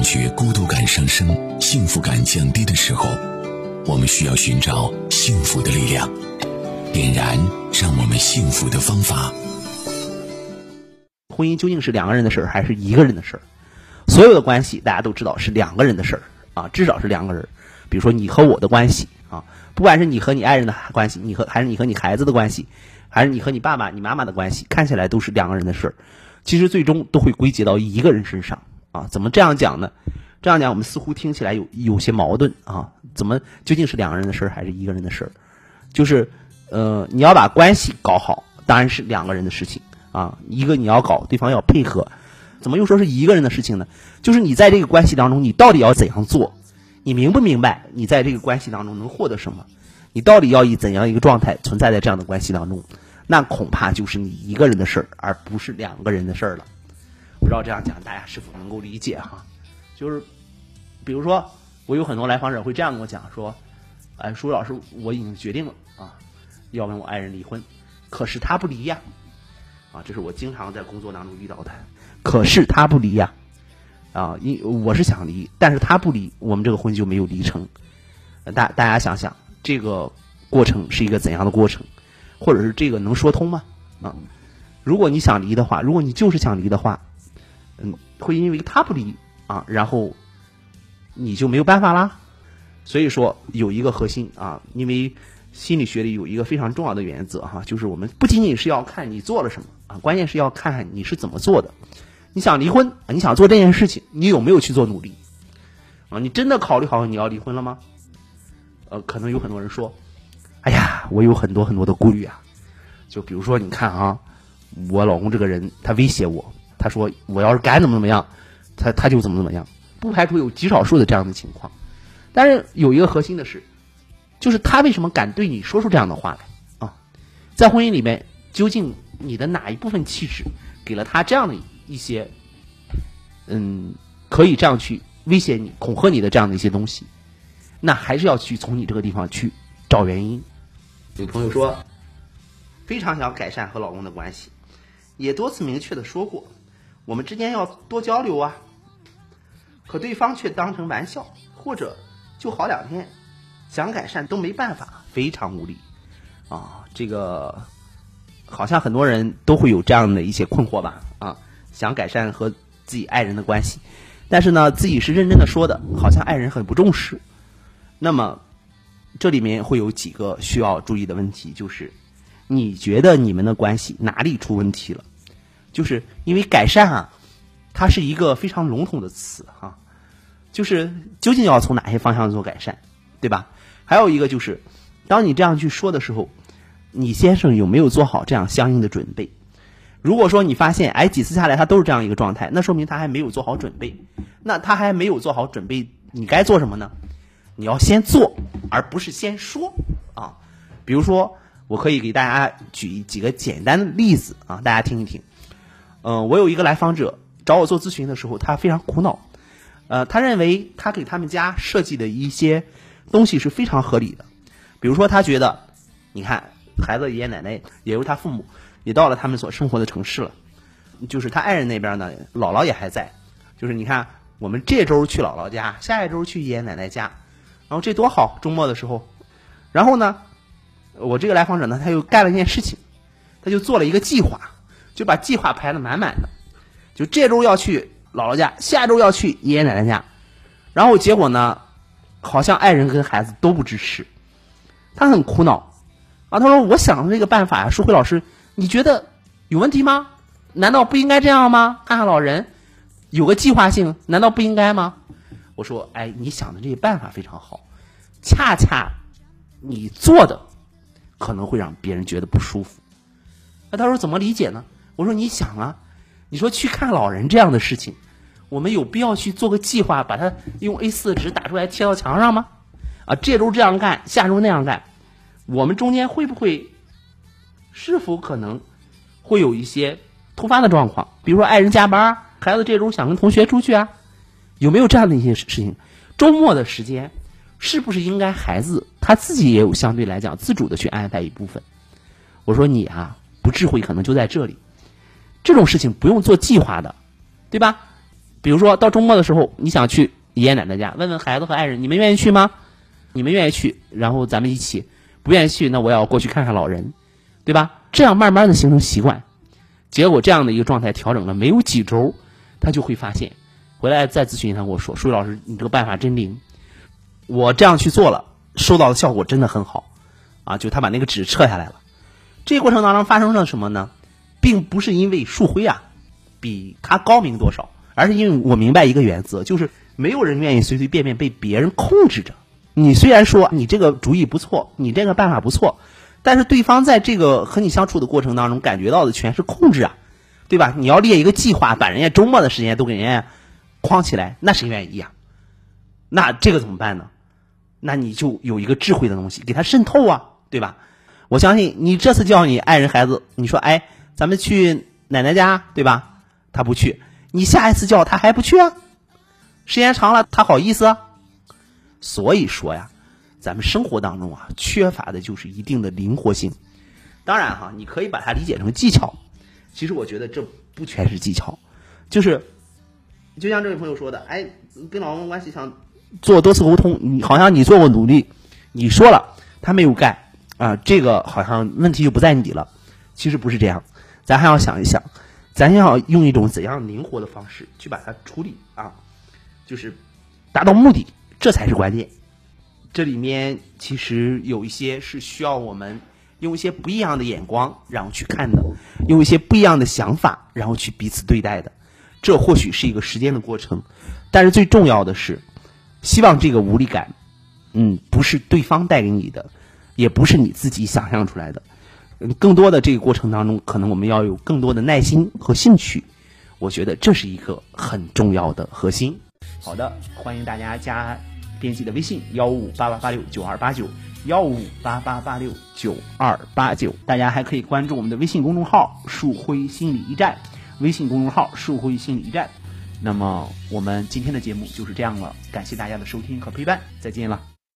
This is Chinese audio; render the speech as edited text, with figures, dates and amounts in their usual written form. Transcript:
觉孤独感上升、幸福感降低的时候，我们需要寻找幸福的力量，点燃让我们幸福的方法。 婚姻究竟是两个人的事儿还是一个人的事儿？所有的关系大家都知道是两个人的事儿啊，至少是两个人。比如说你和我的关系啊，不管是你和你爱人的关系，还是你和你孩子的关系，还是你和你爸爸你妈妈的关系，看起来都是两个人的事儿，其实最终都会归结到一个人身上啊。怎么这样讲呢？这样讲我们似乎听起来有些矛盾啊。怎么究竟是两个人的事儿还是一个人的事儿？就是你要把关系搞好，当然是两个人的事情啊。一个你要搞，对方要配合。怎么又说是一个人的事情呢？就是你在这个关系当中，你到底要怎样做？你明不明白你在这个关系当中能获得什么？你到底要以怎样一个状态存在在这样的关系当中？那恐怕就是你一个人的事儿，而不是两个人的事儿了。不知道这样讲大家是否能够理解哈？就是比如说我有很多来访者会这样跟我讲说，舒老师，我已经决定了啊，要跟我爱人离婚，可是他不离呀。啊，这是我经常在工作当中遇到的。可是他不离呀，啊，我是想离，但是他不离，我们这个婚就没有离成。大家想想，这个过程是一个怎样的过程，或者是这个能说通吗？啊，如果你想离的话，如果你就是想离的话，会因为他不离啊，然后你就没有办法啦。所以说有一个核心啊，因为心理学里有一个非常重要的原则哈，就是我们不仅仅是要看你做了什么啊，关键是要看你是怎么做的。你想离婚，你想做这件事情，你有没有去做努力啊？你真的考虑好你要离婚了吗？可能有很多人说，哎呀，我有很多很多的顾虑啊。就比如说你看啊，我老公这个人他威胁我，他说我要是敢怎么样，他就怎么样。不排除有极少数的这样的情况，但是有一个核心的是，就是他为什么敢对你说出这样的话来啊？在婚姻里面，究竟你的哪一部分气质给了他这样的一些可以这样去威胁你、恐吓你的这样的一些东西？那还是要去从你这个地方去找原因。有朋友说非常想改善和老公的关系，也多次明确的说过我们之间要多交流啊，可对方却当成玩笑，或者就好2天，想改善都没办法，非常无力啊。这个好像很多人都会有这样的一些困惑吧啊，想改善和自己爱人的关系，但是呢自己是认真的说的，好像爱人很不重视。那么这里面会有几个需要注意的问题，就是你觉得你们的关系哪里出问题了？就是因为改善啊，它是一个非常笼统的词哈，就是究竟要从哪些方向做改善，对吧？还有一个就是，当你这样去说的时候，你先生有没有做好这样相应的准备？如果说你发现几次下来他都是这样一个状态，那说明他还没有做好准备。那他还没有做好准备，你该做什么呢？你要先做，而不是先说啊。比如说，我可以给大家举几个简单的例子啊，大家听一听。我有一个来访者找我做咨询的时候，他非常苦恼。他认为他给他们家设计的一些东西是非常合理的。比如说，他觉得，你看，孩子爷爷奶奶也有他父母，也到了他们所生活的城市了。就是他爱人那边呢，姥姥也还在。就是你看，我们这周去姥姥家，下一周去爷爷奶奶家，然后这多好，周末的时候。然后呢，我这个来访者呢，他又干了一件事情，他就做了一个计划，就把计划排得满满的。就这周要去姥姥家，下周要去爷爷奶奶家，然后结果呢，好像爱人跟孩子都不支持，他很苦恼啊。他说：“我想的这个办法呀，淑慧老师，你觉得有问题吗？难道不应该这样吗？看看老人有个计划性，难道不应该吗？”我说：“你想的这些办法非常好，恰恰你做的可能会让别人觉得不舒服。”那他说怎么理解呢？我说：“你想啊。你说去看老人这样的事情，我们有必要去做个计划，把它用 A4 纸打出来贴到墙上吗？啊，这周这样干，下周那样干，我们中间会不会，是否可能会有一些突发的状况？比如说爱人加班，孩子这周想跟同学出去啊，有没有这样的一些事情？周末的时间，是不是应该孩子他自己也有相对来讲自主的去安排一部分？”我说：“你啊，不智慧可能就在这里。这种事情不用做计划的，对吧？ 比如说到周末的时候，你想去爷爷奶奶家，问问孩子和爱人，你们愿意去吗？你们愿意去，然后咱们一起；不愿意去，那我要过去看看老人，对吧？这样慢慢的形成习惯。结果这样的一个状态调整了没有几周，他就会发现，回来再咨询他跟我说，舒宇老师，你这个办法真灵，我这样去做了，收到的效果真的很好啊！就他把那个纸撤下来了。这个过程当中发生了什么呢？并不是因为树辉啊比他高明多少，而是因为我明白一个原则，就是没有人愿意随随便便被别人控制着。你虽然说你这个主意不错，你这个办法不错，但是对方在这个和你相处的过程当中感觉到的全是控制啊，对吧？你要列一个计划，把人家周末的时间都给人家框起来，那谁愿意呀？那这个怎么办呢？那你就有一个智慧的东西给他渗透啊，对吧？我相信你这次叫你爱人孩子，你说哎，咱们去奶奶家，对吧？他不去，你下一次叫他还不去啊？时间长了他好意思啊？所以说呀，咱们生活当中啊，缺乏的就是一定的灵活性。当然哈，你可以把它理解成技巧，其实我觉得这不全是技巧，就是就像这位朋友说的，哎，跟老公关系想做多次沟通，你好像你做过努力，你说了他没有干啊，这个好像问题就不在你了。其实不是这样，咱还要想一想，咱要用一种怎样灵活的方式去把它处理啊，就是达到目的，这才是关键。这里面其实有一些是需要我们用一些不一样的眼光然后去看的，用一些不一样的想法然后去彼此对待的，这或许是一个时间的过程，但是最重要的是希望这个无力感不是对方带给你的，也不是你自己想象出来的，更多的这个过程当中可能我们要有更多的耐心和兴趣，我觉得这是一个很重要的核心。好的，欢迎大家加编辑的微信15588869289，15588869289，大家还可以关注我们的微信公众号树辉心理驿站，微信公众号树辉心理驿站。那么我们今天的节目就是这样了，感谢大家的收听和陪伴，再见了。